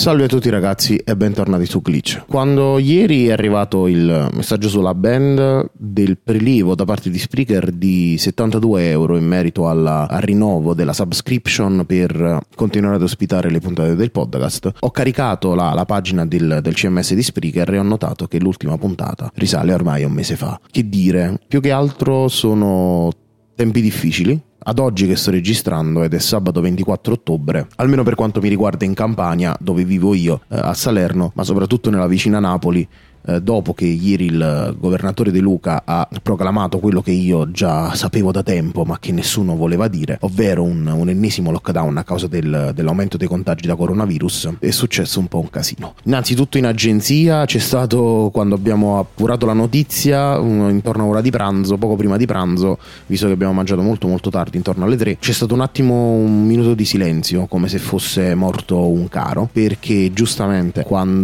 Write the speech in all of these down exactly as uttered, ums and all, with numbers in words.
Salve a tutti ragazzi e bentornati su Glitch. Quando ieri è arrivato il messaggio sulla band del prelievo da parte di Spreaker di settantadue euro in merito alla, al rinnovo della subscription per continuare ad ospitare le puntate del podcast, ho caricato la, la pagina del, del C M S di Spreaker e ho notato che l'ultima puntata risale ormai a un mese fa. Che dire, più che altro sono tempi difficili. Ad oggi che sto registrando, ed è sabato ventiquattro ottobre, almeno per quanto mi riguarda in Campania, dove vivo io, eh, a Salerno, ma soprattutto nella vicina Napoli, eh, dopo che ieri il governatore De Luca ha proclamato quello che io già sapevo da tempo ma che nessuno voleva dire, ovvero un, un ennesimo lockdown a causa del, dell'aumento dei contagi da coronavirus, è successo un po' un casino. Innanzitutto in agenzia c'è stato, quando abbiamo appurato la notizia, un, intorno a ora di pranzo, poco prima di pranzo, visto che abbiamo mangiato molto molto tardi, intorno alle tre, c'è stato un attimo un minuto di silenzio, come se fosse morto un caro, perché giustamente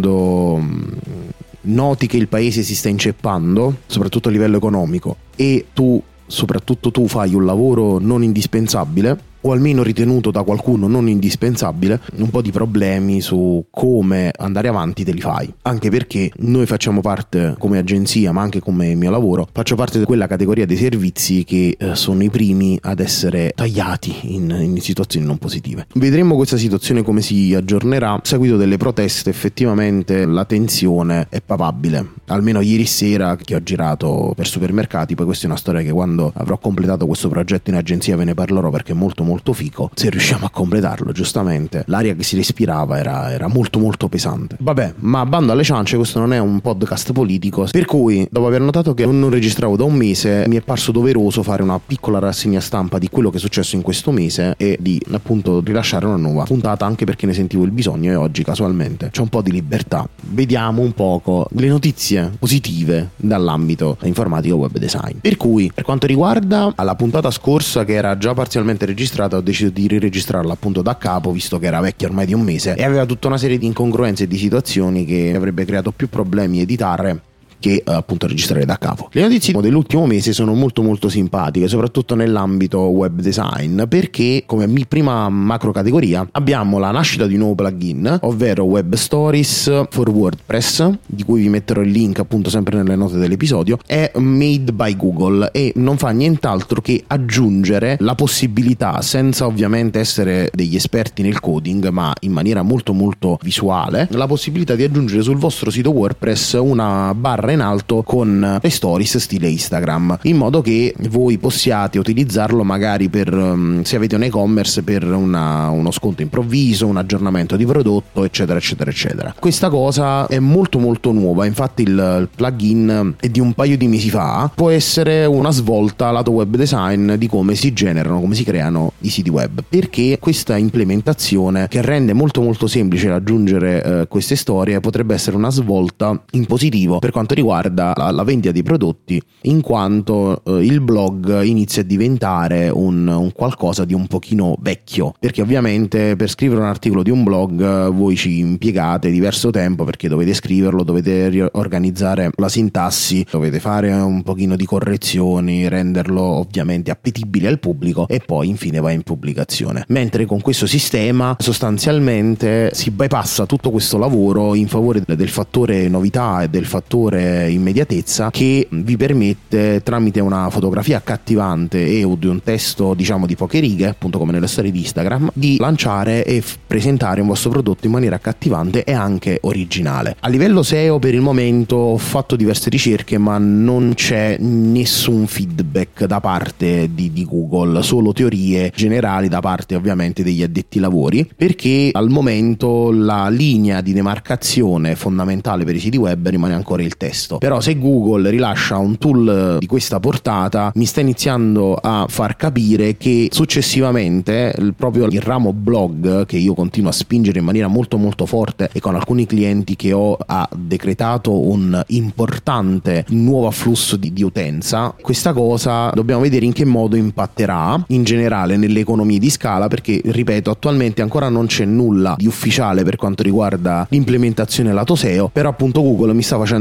quando noti che il paese si sta inceppando, soprattutto a livello economico, e tu, soprattutto tu, fai un lavoro non indispensabile, o almeno ritenuto da qualcuno non indispensabile, un po' di problemi su come andare avanti te li fai. Anche perché noi facciamo parte, come agenzia ma anche come mio lavoro, faccio parte di quella categoria dei servizi che eh, sono i primi ad essere tagliati in, in situazioni non positive. Vedremo questa situazione come si aggiornerà. A seguito delle proteste effettivamente la tensione è papabile, almeno ieri sera che ho girato per supermercati. Poi questa è una storia che quando avrò completato questo progetto in agenzia ve ne parlerò, perché è molto molto fico se riusciamo a completarlo. Giustamente l'aria che si respirava era, era molto molto pesante. Vabbè, ma bando alle ciance, questo non è un podcast politico, per cui dopo aver notato che non registravo da un mese mi è parso doveroso fare una piccola rassegna stampa di quello che è successo in questo mese e di appunto rilasciare una nuova puntata, anche perché ne sentivo il bisogno e oggi casualmente c'è un po' di libertà. Vediamo un poco le notizie positive dall'ambito informatico web design. Per cui per quanto riguarda la puntata scorsa, che era già parzialmente registrata, ho deciso di riregistrarla appunto da capo, visto che era vecchia ormai di un mese e aveva tutta una serie di incongruenze e di situazioni che avrebbe creato più problemi editare che uh, appunto registrare da capo. Le notizie dell'ultimo mese sono molto molto simpatiche, soprattutto nell'ambito web design, perché come prima macro categoria abbiamo la nascita di un nuovo plugin, ovvero Web Stories for WordPress, di cui vi metterò il link appunto sempre nelle note dell'episodio. È made by Google e non fa nient'altro che aggiungere la possibilità, senza ovviamente essere degli esperti nel coding ma in maniera molto molto visuale, la possibilità di aggiungere sul vostro sito WordPress una barra in alto con le stories stile Instagram, in modo che voi possiate utilizzarlo magari per um, se avete un e-commerce, per una, uno sconto improvviso, un aggiornamento di prodotto, eccetera eccetera eccetera. Questa cosa è molto molto nuova, infatti il, il plugin è di un paio di mesi fa. Può essere una svolta lato web design di come si generano, come si creano i siti web, perché questa implementazione, che rende molto molto semplice aggiungere eh, queste storie, potrebbe essere una svolta in positivo per quanto riguarda riguarda la, la vendita di prodotti, in quanto eh, il blog inizia a diventare un, un qualcosa di un pochino vecchio, perché ovviamente per scrivere un articolo di un blog eh, voi ci impiegate diverso tempo, perché dovete scriverlo, dovete organizzare la sintassi, dovete fare un pochino di correzioni, renderlo ovviamente appetibile al pubblico e poi infine va in pubblicazione. Mentre con questo sistema sostanzialmente si bypassa tutto questo lavoro in favore del fattore novità e del fattore immediatezza, che vi permette, tramite una fotografia accattivante e di un testo diciamo di poche righe, appunto come nelle storie di Instagram, di lanciare e f- presentare un vostro prodotto in maniera accattivante e anche originale. A livello S E O per il momento ho fatto diverse ricerche ma non c'è nessun feedback da parte di, di Google, solo teorie generali da parte ovviamente degli addetti ai lavori, perché al momento la linea di demarcazione fondamentale per i siti web rimane ancora il testo. Però se Google rilascia un tool di questa portata, mi sta iniziando a far capire che successivamente il, proprio il ramo blog, che io continuo a spingere in maniera molto molto forte e con alcuni clienti che ho ha decretato un importante nuovo afflusso di, di utenza, questa cosa dobbiamo vedere in che modo impatterà in generale nelle economie di scala, perché ripeto, attualmente ancora non c'è nulla di ufficiale per quanto riguarda l'implementazione lato S E O, però appunto Google mi sta facendo capire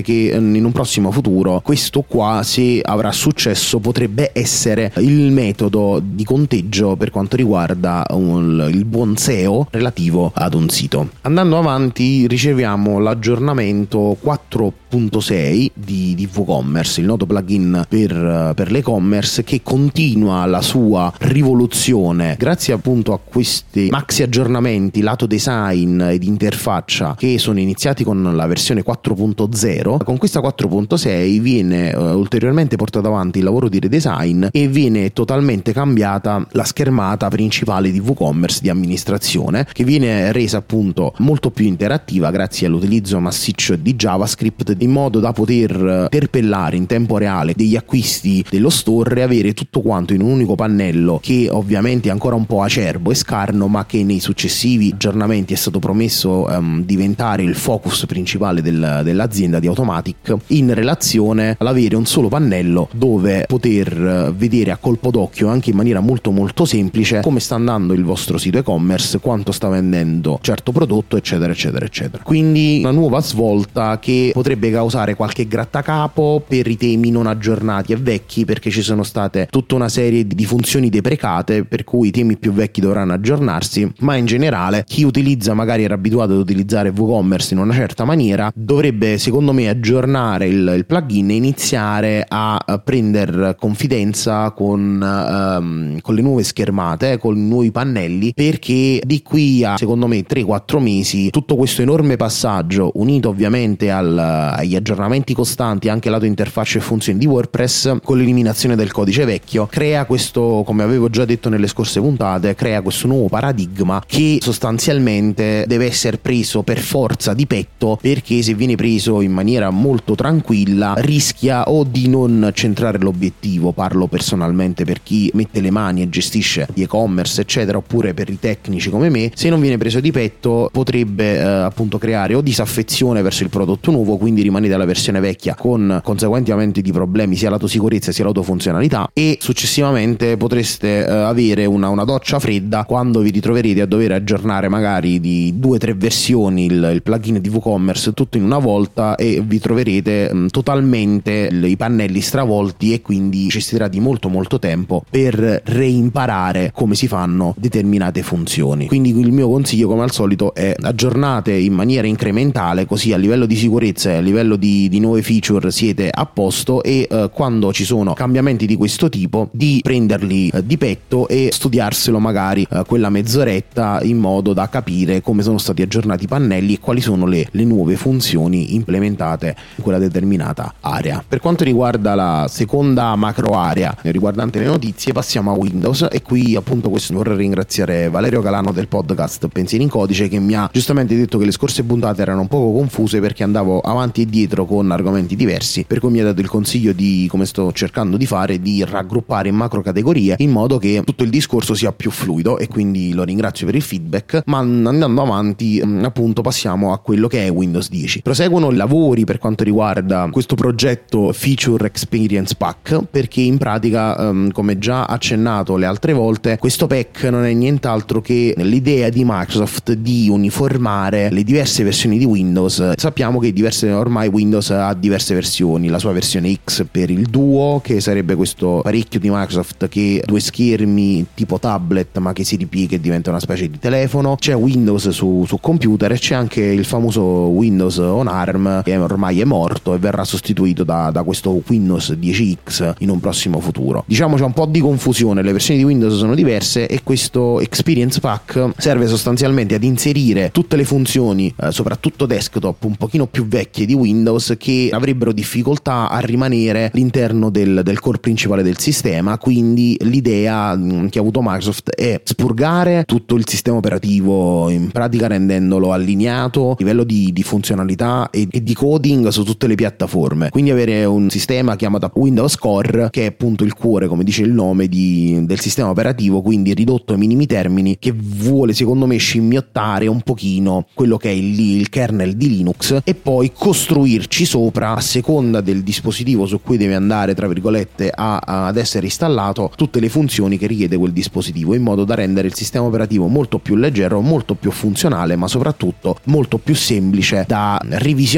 dire che in un prossimo futuro questo qua, se avrà successo, potrebbe essere il metodo di conteggio per quanto riguarda un, il buon S E O relativo ad un sito. Andando avanti riceviamo l'aggiornamento quattro punto sei di, di WooCommerce, il noto plugin per, per l'e-commerce, che continua la sua rivoluzione grazie appunto a questi maxi aggiornamenti lato design ed interfaccia che sono iniziati con la versione quattro punto zero. Con questa quattro punto sei viene uh, ulteriormente portato avanti il lavoro di redesign e viene totalmente cambiata la schermata principale di WooCommerce di amministrazione, che viene resa appunto molto più interattiva grazie all'utilizzo massiccio di JavaScript, in modo da poter interpellare in tempo reale degli acquisti dello store e avere tutto quanto in un unico pannello, che ovviamente è ancora un po' acerbo e scarno, ma che nei successivi aggiornamenti è stato promesso um, diventare il focus principale del, dell'azienda di Automattic, in relazione all'avere un solo pannello dove poter vedere a colpo d'occhio, anche in maniera molto molto semplice, come sta andando il vostro sito e-commerce, quanto sta vendendo certo prodotto, eccetera eccetera eccetera. Quindi una nuova svolta che potrebbe causare qualche grattacapo per i temi non aggiornati e vecchi, perché ci sono state tutta una serie di funzioni deprecate, per cui i temi più vecchi dovranno aggiornarsi, ma in generale chi utilizza, magari era abituato ad utilizzare WooCommerce in una certa maniera, dovrebbe secondo me aggiornare il, il plugin e iniziare a, a prendere confidenza con, um, con le nuove schermate, con i nuovi pannelli, perché di qui a secondo me tre quattro mesi tutto questo enorme passaggio, unito ovviamente al agli aggiornamenti costanti anche lato interfacce e funzioni di WordPress, con l'eliminazione del codice vecchio, crea questo, come avevo già detto nelle scorse puntate, crea questo nuovo paradigma che sostanzialmente deve essere preso per forza di petto, perché se viene preso in maniera molto tranquilla rischia o di non centrare l'obiettivo, parlo personalmente per chi mette le mani e gestisce di e-commerce eccetera, oppure per i tecnici come me, se non viene preso di petto potrebbe eh, appunto creare o disaffezione verso il prodotto nuovo, quindi rimanete alla versione vecchia con conseguenti aumenti di problemi sia lato sicurezza sia lato funzionalità, e successivamente potreste eh, avere una, una doccia fredda quando vi ritroverete a dover aggiornare magari di due o tre versioni il, il plugin di WooCommerce tutto in una volta, e vi troverete mh, totalmente il, i pannelli stravolti, e quindi necessiterà di molto molto tempo per reimparare come si fanno determinate funzioni. Quindi il mio consiglio, come al solito, è aggiornate in maniera incrementale, così a livello di sicurezza e a livello di, di nuove feature siete a posto, e eh, quando ci sono cambiamenti di questo tipo di prenderli eh, di petto e studiarselo magari eh, quella mezz'oretta, in modo da capire come sono stati aggiornati i pannelli e quali sono le, le nuove funzioni implementate in quella determinata area. Per quanto riguarda la seconda macro area riguardante le notizie, passiamo a Windows, e qui appunto questo vorrei ringraziare Valerio Calano del podcast Pensieri in Codice, che mi ha giustamente detto che le scorse puntate erano un poco confuse perché andavo avanti e dietro con argomenti diversi, per cui mi ha dato il consiglio di, come sto cercando di fare, di raggruppare in macro categorie in modo che tutto il discorso sia più fluido, e quindi lo ringrazio per il feedback. Ma andando avanti appunto passiamo a quello che è Windows dieci. Proseguono i lavori per quanto riguarda questo progetto Feature Experience Pack, perché in pratica um, come già accennato le altre volte, questo pack non è nient'altro che l'idea di Microsoft di uniformare le diverse versioni di Windows. Sappiamo che diverse, ormai Windows ha diverse versioni, la sua versione X per il Duo, che sarebbe questo parecchio di Microsoft che due schermi tipo tablet ma che si ripiega e diventa una specie di telefono, c'è Windows su, su computer, e c'è anche il famoso Windows on ARM che ormai è morto e verrà sostituito da, da questo Windows dieci X in un prossimo futuro. Diciamo c'è un po' di confusione, le versioni di Windows sono diverse, e questo Experience Pack serve sostanzialmente ad inserire tutte le funzioni eh, soprattutto desktop un pochino più vecchie di Windows, che avrebbero difficoltà a rimanere all'interno del, del core principale del sistema. Quindi l'idea mh, che ha avuto Microsoft è spurgare tutto il sistema operativo, in pratica rendendolo allineato a livello di, di funzionalità e, e di coding su tutte le piattaforme, quindi avere un sistema chiamato Windows Core, che è appunto il cuore, come dice il nome, di, del sistema operativo, quindi ridotto ai minimi termini, che vuole secondo me scimmiottare un pochino quello che è il, il kernel di Linux, e poi costruirci sopra, a seconda del dispositivo su cui deve andare tra virgolette a, a, ad essere installato, tutte le funzioni che richiede quel dispositivo, in modo da rendere il sistema operativo molto più leggero, molto più funzionale, ma soprattutto molto più semplice da revisionare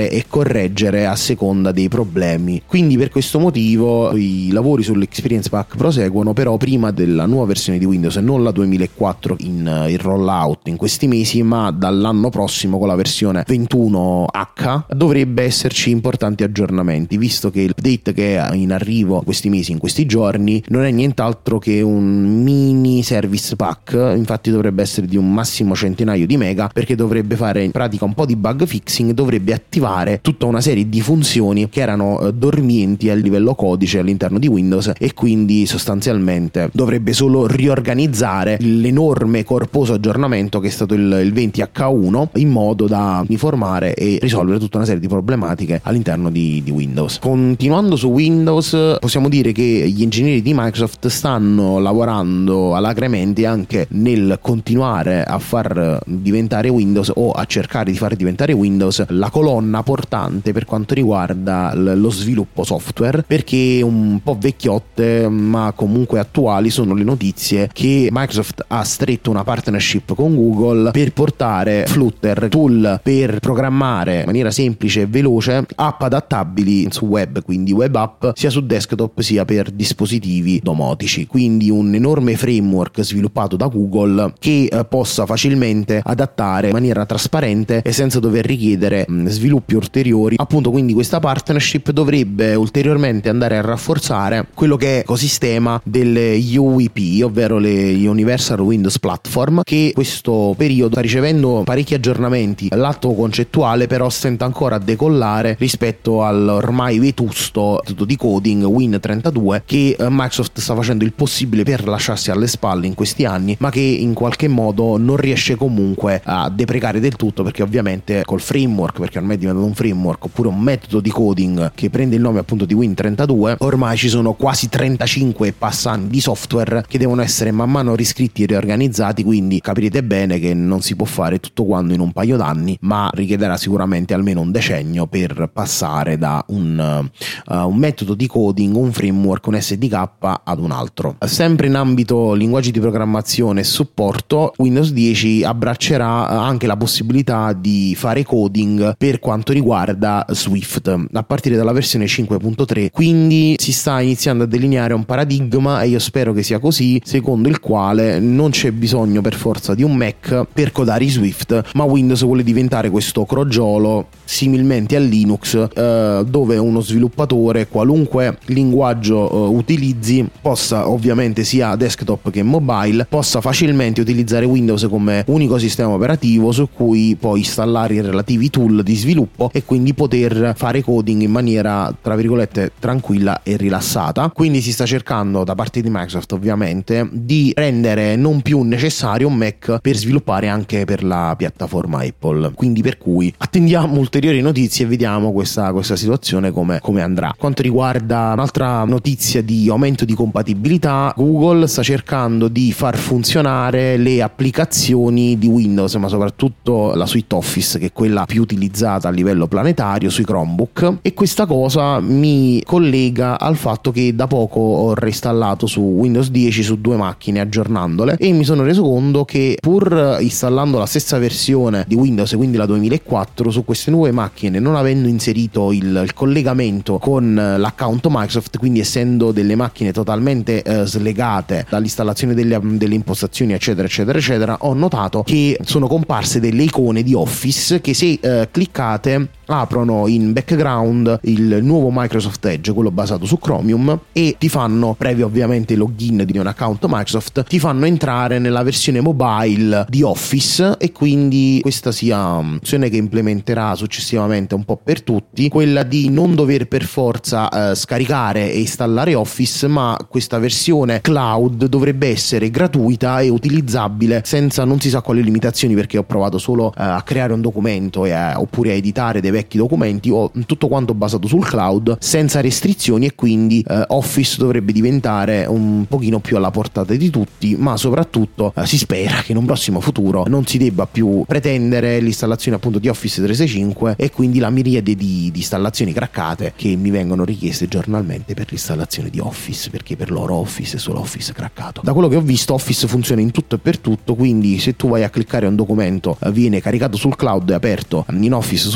aggiornare e correggere a seconda dei problemi. Quindi per questo motivo i lavori sull'Experience Pack proseguono, però prima della nuova versione di Windows, e non la duemilaquattro in il rollout in questi mesi, ma dall'anno prossimo con la versione ventuno acca dovrebbe esserci importanti aggiornamenti, visto che l'update che è in arrivo questi mesi, in questi giorni, non è nient'altro che un mini service pack. Infatti dovrebbe essere di un massimo centinaio di mega, perché dovrebbe fare in pratica un po' di bug fixing, dovrebbe attivare tutta una serie di funzioni che erano eh, dormienti a livello codice all'interno di Windows, e quindi sostanzialmente dovrebbe solo riorganizzare l'enorme corposo aggiornamento che è stato il, il venti acca uno, in modo da uniformare e risolvere tutta una serie di problematiche all'interno di, di Windows. Continuando su Windows, possiamo dire che gli ingegneri di Microsoft stanno lavorando alacremente anche nel continuare a far diventare Windows, o a cercare di far diventare Windows, la colonna portante per quanto riguarda l- lo sviluppo software, perché un po' vecchiotte ma comunque attuali sono le notizie che Microsoft ha stretto una partnership con Google per portare Flutter, tool per programmare in maniera semplice e veloce app adattabili su web, quindi web app sia su desktop sia per dispositivi domotici. Quindi un enorme framework sviluppato da Google che eh, possa facilmente adattare in maniera trasparente e senza dover richiedere mh, sviluppi ulteriori. Appunto, quindi questa partnership dovrebbe ulteriormente andare a rafforzare quello che è l'ecosistema delle U W P, ovvero le Universal Windows Platform, che questo periodo sta ricevendo parecchi aggiornamenti. L'atto concettuale però stenta ancora a decollare rispetto all'ormai vetusto metodo di coding Win trentadue che eh, Microsoft sta facendo il possibile per lasciarsi alle spalle in questi anni, ma che in qualche modo non riesce comunque a deprecare del tutto, perché ovviamente col framework, perché ormai è diventato un framework oppure un metodo di coding che prende il nome appunto di Win trentadue, ormai ci sono quasi trentacinque e passa anni di software che devono essere man mano riscritti e riorganizzati. Quindi capirete bene che non si può fare tutto quanto in un paio d'anni, ma richiederà sicuramente almeno un decennio per passare da un, uh, un metodo di coding, un framework, un S D K ad un altro. Sempre in ambito linguaggi di programmazione e supporto, Windows dieci abbraccerà anche la possibilità di fare coding per quanto riguarda Swift a partire dalla versione cinque punto tre, quindi si sta iniziando a delineare un paradigma, e io spero che sia così, secondo il quale non c'è bisogno per forza di un Mac per codare i Swift, ma Windows vuole diventare questo crogiolo similmente a Linux, eh, dove uno sviluppatore, qualunque linguaggio eh, utilizzi, possa ovviamente sia desktop che mobile, possa facilmente utilizzare Windows come unico sistema operativo su cui poi installare i relativi tool di sviluppo e quindi poter fare coding in maniera tra virgolette tranquilla e rilassata. Quindi si sta cercando da parte di Microsoft ovviamente di rendere non più necessario un Mac per sviluppare anche per la piattaforma Apple, quindi per cui attendiamo ulteriori notizie e vediamo questa, questa situazione come, come andrà. Quanto riguarda un'altra notizia di aumento di compatibilità, Google sta cercando di far funzionare le applicazioni di Windows, ma soprattutto la suite Office, che è quella più utilizzata a livello planetario sui Chromebook, e questa cosa mi collega al fatto che da poco ho reinstallato su Windows dieci su due macchine aggiornandole, e mi sono reso conto che pur installando la stessa versione di Windows, quindi la duemilaquattro, su queste nuove macchine, non avendo inserito il, il collegamento con l'account Microsoft, quindi essendo delle macchine totalmente eh, slegate dall'installazione delle, delle impostazioni eccetera eccetera eccetera, ho notato che sono comparse delle icone di Office che se eh, cliccate aprono in background il nuovo Microsoft Edge, quello basato su Chromium, e ti fanno, previo ovviamente login di un account Microsoft, ti fanno entrare nella versione mobile di Office, e quindi questa sia un'opzione che implementerà successivamente un po' per tutti, quella di non dover per forza eh, scaricare e installare Office, ma questa versione cloud dovrebbe essere gratuita e utilizzabile senza non si sa quali limitazioni, perché ho provato solo eh, a creare un documento e a, oppure a editare dei vecchi documenti, o tutto quanto basato sul cloud senza restrizioni, e quindi eh, Office dovrebbe diventare un pochino più alla portata di tutti, ma soprattutto eh, si spera che in un prossimo futuro non si debba più pretendere l'installazione appunto di Office trecentosessantacinque e quindi la miriade di, di installazioni craccate che mi vengono richieste giornalmente per l'installazione di Office, perché per loro Office è solo Office craccato. Da quello che ho visto Office funziona in tutto e per tutto, quindi se tu vai a cliccare un documento eh, viene caricato sul cloud e aperto in Office sul cloud,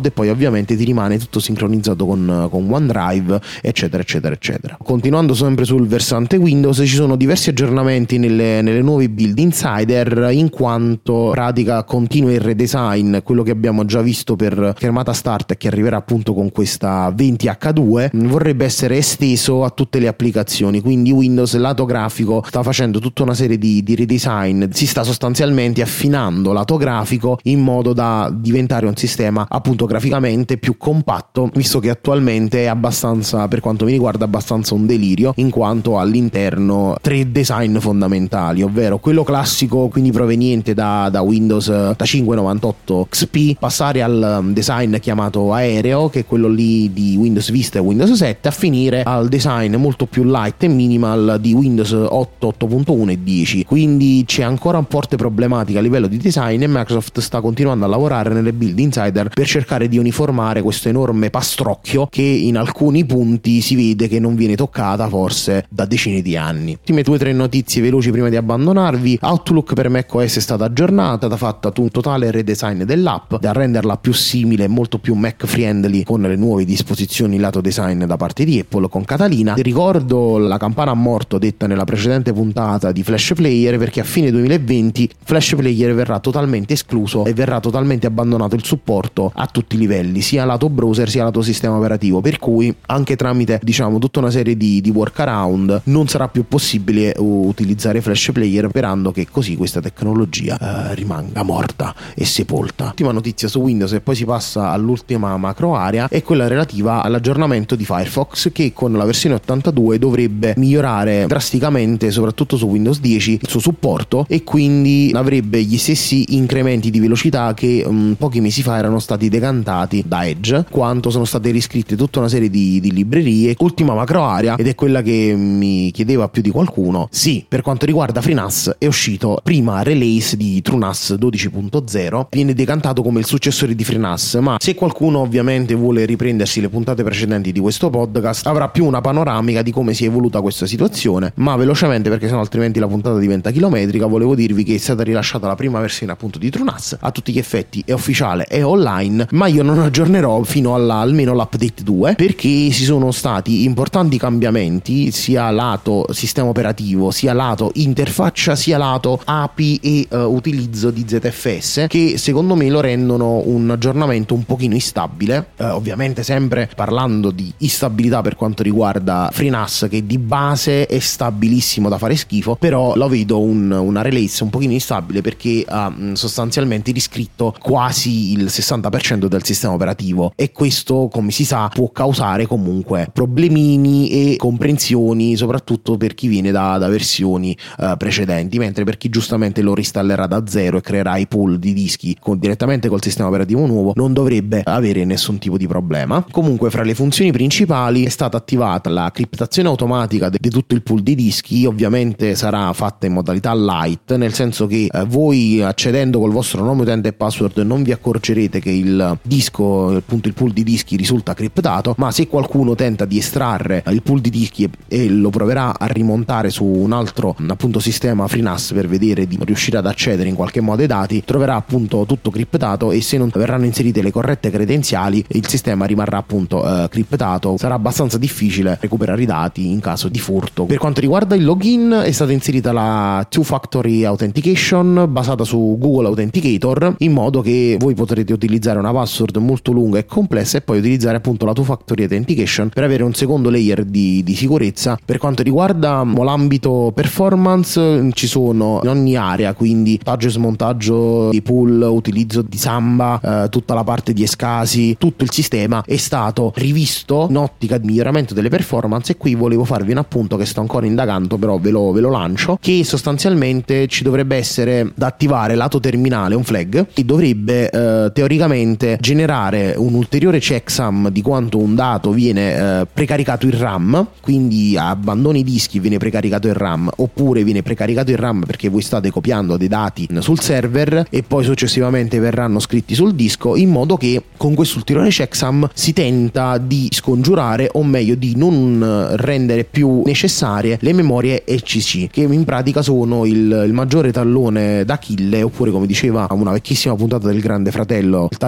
e poi ovviamente ti rimane tutto sincronizzato con, con OneDrive, eccetera eccetera eccetera. Continuando sempre sul versante Windows, ci sono diversi aggiornamenti nelle, nelle nuove build Insider, in quanto in pratica continua il redesign, quello che abbiamo già visto per schermata start, che arriverà appunto con questa venti acca due, vorrebbe essere esteso a tutte le applicazioni. Quindi Windows lato grafico sta facendo tutta una serie di, di redesign, si sta sostanzialmente affinando lato grafico in modo da diventare un sistema appunto graficamente più compatto, visto che attualmente è abbastanza, per quanto mi riguarda, abbastanza un delirio, in quanto all'interno tre design fondamentali, ovvero quello classico, quindi proveniente da, da Windows da cinque novantotto X P, passare al design chiamato aereo, che è quello lì di Windows Vista e Windows sette, a finire al design molto più light e minimal di Windows otto, otto punto uno e dieci. Quindi c'è ancora un forte problematica a livello di design e Microsoft sta continuando a lavorare nelle build Insider per cercare di uniformare questo enorme pastrocchio che in alcuni punti si vede che non viene toccata forse da decine di anni. Ultime due o tre notizie veloci prima di abbandonarvi. Outlook per macOS è stata aggiornata, da fatta un totale redesign dell'app da renderla più simile e molto più Mac friendly con le nuove disposizioni lato design da parte di Apple con Catalina. Ti ricordo la campana a morto detta nella precedente puntata di Flash Player, perché a fine duemilaventi Flash Player verrà totalmente escluso e verrà totalmente abbandonato il supporto a tutti i livelli, sia lato browser sia lato sistema operativo, per cui anche tramite diciamo tutta una serie di, di workaround non sarà più possibile utilizzare Flash Player, sperando che così questa tecnologia eh, rimanga morta e sepolta. Ultima notizia su Windows e poi si passa all'ultima macro area è quella relativa all'aggiornamento di Firefox, che con la versione ottantadue dovrebbe migliorare drasticamente soprattutto su Windows dieci il suo supporto, e quindi avrebbe gli stessi incrementi di velocità che um, pochi mesi fa erano stati decantati da Edge, quanto sono state riscritte tutta una serie di, di librerie. Ultima macro area, ed è quella che mi chiedeva più di qualcuno, sì, per quanto riguarda FreeNAS è uscito prima release di TrueNAS dodici punto zero, viene decantato come il successore di FreeNAS, ma se qualcuno ovviamente vuole riprendersi le puntate precedenti di questo podcast avrà più una panoramica di come si è evoluta questa situazione. Ma velocemente, perché sennò altrimenti la puntata diventa chilometrica, volevo dirvi che è stata rilasciata la prima versione appunto di TrueNAS, a tutti gli effetti è ufficiale, è online, ma io non aggiornerò fino alla almeno l'update due, perché ci sono stati importanti cambiamenti sia lato sistema operativo, sia lato interfaccia, sia lato A P I e uh, utilizzo di Z F S, che secondo me lo rendono un aggiornamento un pochino instabile, uh, ovviamente sempre parlando di instabilità per quanto riguarda FreeNAS, che di base è stabilissimo da fare schifo, però lo vedo un, una release un pochino instabile perché ha sostanzialmente riscritto quasi il sessanta per cento del sistema operativo, e questo, come si sa, può causare comunque problemini e comprensioni soprattutto per chi viene da, da versioni uh, precedenti, mentre per chi giustamente lo reinstallerà da zero e creerà i pool di dischi con, direttamente col sistema operativo nuovo, non dovrebbe avere nessun tipo di problema. Comunque fra le funzioni principali è stata attivata la criptazione automatica di tutto il pool di dischi. Ovviamente sarà fatta in modalità light, nel senso che eh, voi accedendo col vostro nome utente e password non vi accorgerete che il disco, appunto il pool di dischi, risulta criptato, ma se qualcuno tenta di estrarre il pool di dischi e lo proverà a rimontare su un altro appunto sistema FreeNAS per vedere di riuscire ad accedere in qualche modo ai dati, troverà appunto tutto criptato, e se non verranno inserite le corrette credenziali il sistema rimarrà appunto eh, criptato. Sarà abbastanza difficile recuperare i dati in caso di furto. Per quanto riguarda il login è stata inserita la Two Factory Authentication basata su Google Authenticator, in modo che voi potrete utilizzare una password molto lunga e complessa e poi utilizzare appunto la Two Factory Authentication per avere un secondo layer di, di sicurezza. Per quanto riguarda l'ambito performance, ci sono in ogni area, quindi montaggio e smontaggio di pool, utilizzo di Samba, eh, tutta la parte di Escasi, tutto il sistema è stato rivisto in ottica di miglioramento delle performance. E qui volevo farvi un appunto che sto ancora indagando, però ve lo, ve lo lancio, che sostanzialmente ci dovrebbe essere da attivare lato terminale un flag che dovrebbe eh, teoricamente generare un ulteriore checksum di quanto un dato viene eh, precaricato in RAM, quindi abbandoni i dischi, viene precaricato in RAM, oppure viene precaricato in RAM perché voi state copiando dei dati sul server e poi successivamente verranno scritti sul disco, in modo che con questo ulteriore checksum si tenta di scongiurare, o meglio di non rendere più necessarie le memorie E C C, che in pratica sono il, il maggiore tallone d'Achille, oppure come diceva una vecchissima puntata del Grande Fratello, il tallone d'Achille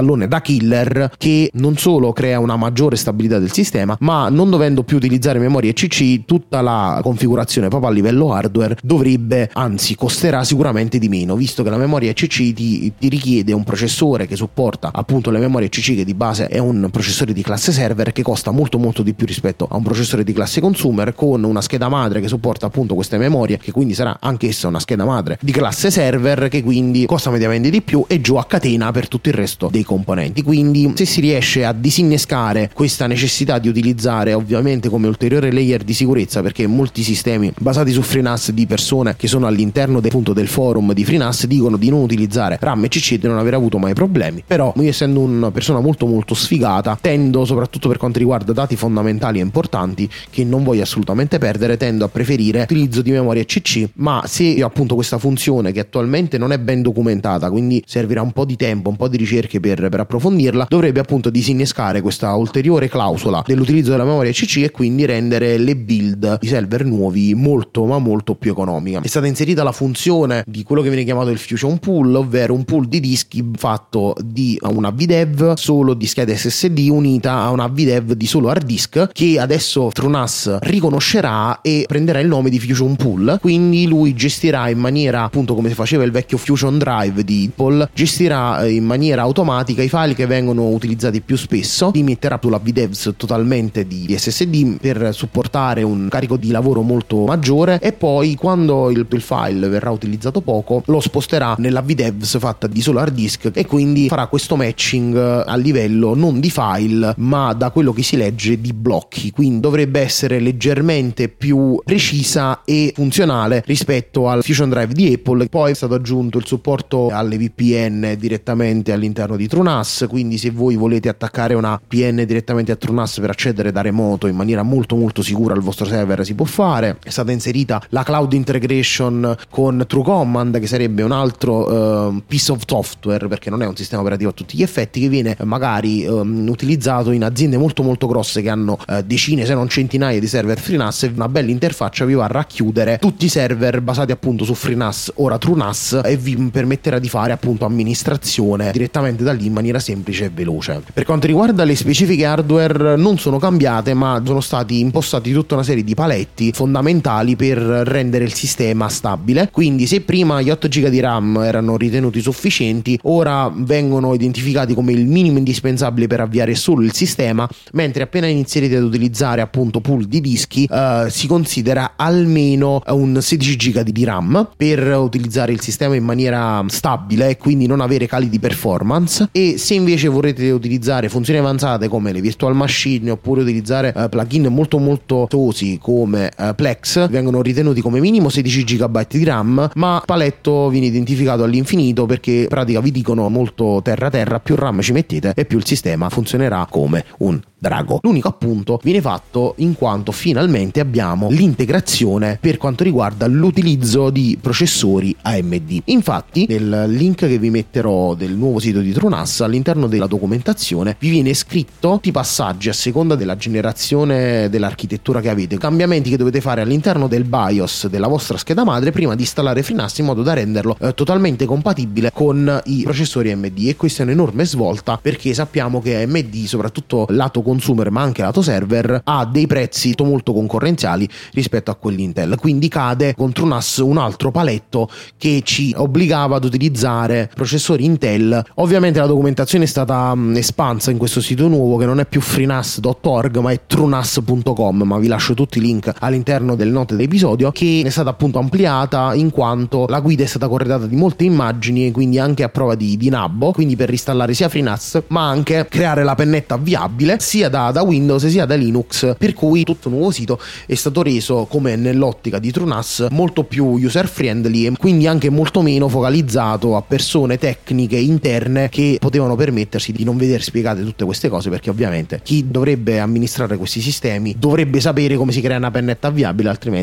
killer che non solo crea una maggiore stabilità del sistema, ma non dovendo più utilizzare memorie C C, tutta la configurazione proprio a livello hardware dovrebbe, anzi costerà sicuramente di meno, visto che la memoria C C ti, ti richiede un processore che supporta appunto le memorie C C, che di base è un processore di classe server che costa molto molto di più rispetto a un processore di classe consumer, con una scheda madre che supporta appunto queste memorie, che quindi sarà anch'essa una scheda madre di classe server, che quindi costa mediamente di più, e giù a catena per tutto il resto dei componenti. Quindi se si riesce a disinnescare questa necessità di utilizzare, ovviamente come ulteriore layer di sicurezza, perché molti sistemi basati su FreeNAS di persone che sono all'interno del, appunto, del forum di FreeNAS dicono di non utilizzare RAM e C C e di non aver avuto mai problemi, però io, essendo una persona molto molto sfigata, tendo, soprattutto per quanto riguarda dati fondamentali e importanti che non voglio assolutamente perdere, tendo a preferire l'utilizzo di memoria C C. Ma se io appunto questa funzione, che attualmente non è ben documentata, quindi servirà un po' di tempo, un po' di ricerche per, per approfondirla, dovrebbe appunto disinnescare questa ulteriore clausola dell'utilizzo della memoria C C e quindi rendere le build di server nuovi molto ma molto più economica. È stata inserita la funzione di quello che viene chiamato il Fusion Pool, ovvero un pool di dischi fatto di una V DEV solo di schede S S D unita a una V DEV di solo hard disk, che adesso TrueNAS riconoscerà e prenderà il nome di Fusion Pool. Quindi lui gestirà in maniera, appunto come faceva il vecchio Fusion Drive di Apple, gestirà in maniera automatica i file che vengono utilizzati più spesso, li metterà sulla V DEVs totalmente di S S D per supportare un carico di lavoro molto maggiore, e poi quando il, il file verrà utilizzato poco lo sposterà nella V DEVs fatta di solo hard disk, e quindi farà questo matching a livello non di file ma da quello che si legge di blocchi. Quindi dovrebbe essere leggermente più precisa e funzionale rispetto al Fusion Drive di Apple. Poi è stato aggiunto il supporto alle V P N direttamente all'interno di TrueNAS, quindi se voi volete attaccare una V P N direttamente a TrueNAS per accedere da remoto in maniera molto molto sicura al vostro server si può fare. È stata inserita la cloud integration con TrueCommand, che sarebbe un altro uh, piece of software, perché non è un sistema operativo a tutti gli effetti, che viene magari um, utilizzato in aziende molto molto grosse che hanno uh, decine se non centinaia di server FreeNAS, e una bella interfaccia vi va a racchiudere tutti i server basati appunto su FreeNAS, ora TrueNAS, e vi permetterà di fare appunto amministrazione direttamente da lì in maniera semplice e veloce. Per quanto riguarda le specifiche hardware, non sono cambiate, ma sono stati impostati tutta una serie di paletti fondamentali per rendere il sistema stabile. Quindi se prima gli otto giga di RAM erano ritenuti sufficienti, ora vengono identificati come il minimo indispensabile per avviare solo il sistema, mentre appena inizierete ad utilizzare appunto pool di dischi eh, si considera almeno un sedici giga di RAM per utilizzare il sistema in maniera stabile e quindi non avere cali di performance. E se invece vorrete utilizzare funzioni avanzate come le virtual machine, oppure utilizzare eh, plugin molto molto costosi come eh, Plex, vengono ritenuti come minimo sedici giga di RAM, ma il paletto viene identificato all'infinito, perché in pratica vi dicono molto terra terra, più RAM ci mettete e più il sistema funzionerà come un drago. L'unico appunto viene fatto in quanto finalmente abbiamo l'integrazione per quanto riguarda l'utilizzo di processori A M D. Infatti nel link che vi metterò del nuovo sito di TrueNAS, all'interno della documentazione vi viene scritto tutti i passaggi a seconda della generazione dell'architettura che avete, cambiamenti che dovete fare all'interno del BIOS della vostra scheda madre prima di installare FreeNAS, in modo da renderlo eh, totalmente compatibile con i processori A M D. E questa è un'enorme svolta, perché sappiamo che A M D, soprattutto lato consumer ma anche lato server, ha dei prezzi molto concorrenziali rispetto a quelli Intel, quindi cade con TrueNAS un altro paletto che ci obbligava ad utilizzare processori Intel. Ovviamente la documentazione è stata mh, espansa in questo sito nuovo, che non è più freenas punto org ma è truenas punto com, ma vi lascio tutti i link all'interno delle note dell'episodio, che è stata appunto ampliata in quanto la guida è stata corredata di molte immagini, e quindi anche a prova di, di nabbo, quindi per installare sia FreeNAS ma anche creare la pennetta avviabile sia da, da Windows sia da Linux, per cui tutto il nuovo sito è stato reso, come nell'ottica di TrueNAS, molto più user friendly e quindi anche molto meno focalizzato a persone tecniche interne che potevano permettersi di non veder spiegate tutte queste cose, perché ovviamente chi dovrebbe amministrare questi sistemi dovrebbe sapere come si crea una pennetta avviabile, altrimenti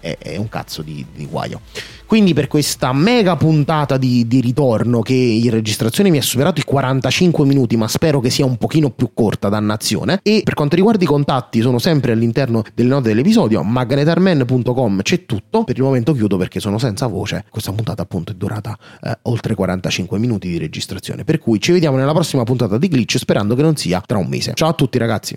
è, è un cazzo di, di guaio. Quindi per questa mega puntata di, di ritorno, che in registrazione mi ha superato i quarantacinque minuti, ma spero che sia un pochino più corta, dannazione, e per quanto riguarda i contatti sono sempre all'interno delle note dell'episodio, magnetarman punto com, c'è tutto. Per il momento chiudo perché sono senza voce, questa puntata appunto è durata eh, oltre quarantacinque minuti di registrazione, per cui ci vediamo nella prossima puntata di Glitch, sperando che non sia tra un mese. Ciao a tutti ragazzi.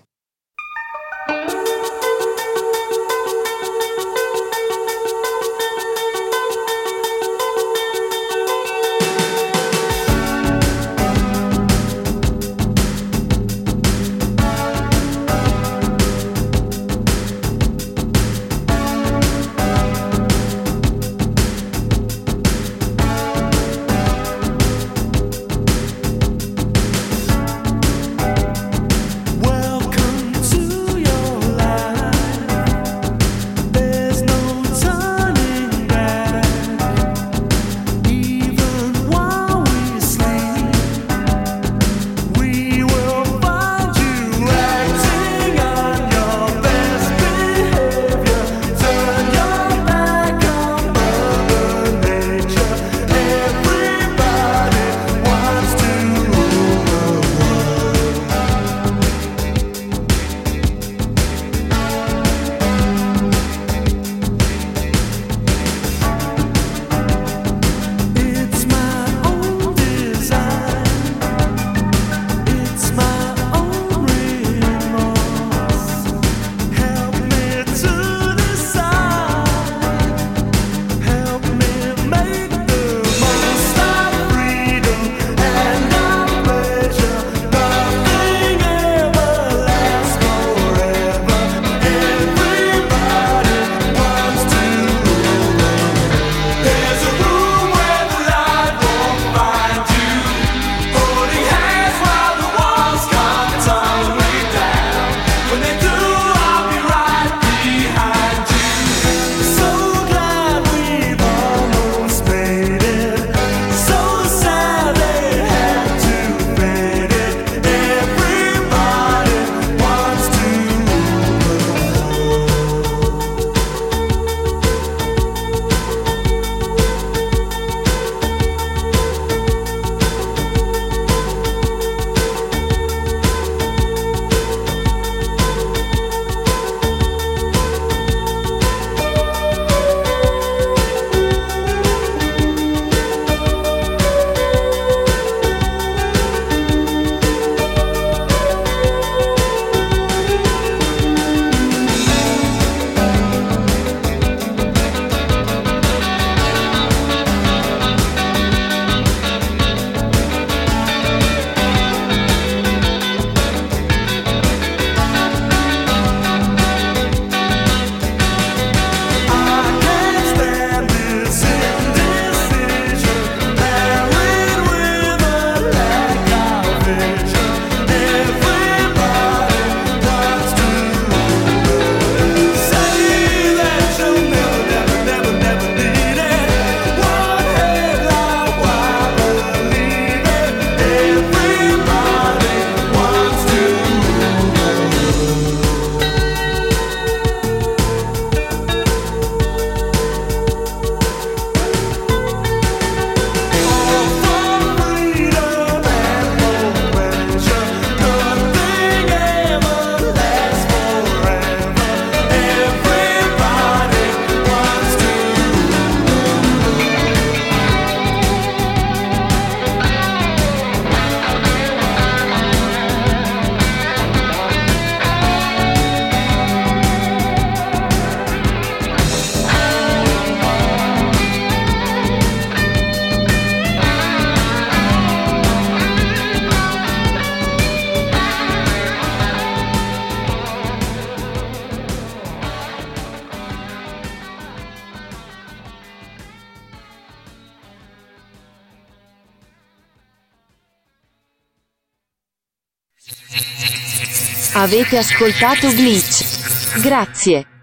Avete ascoltato Glitch. Grazie.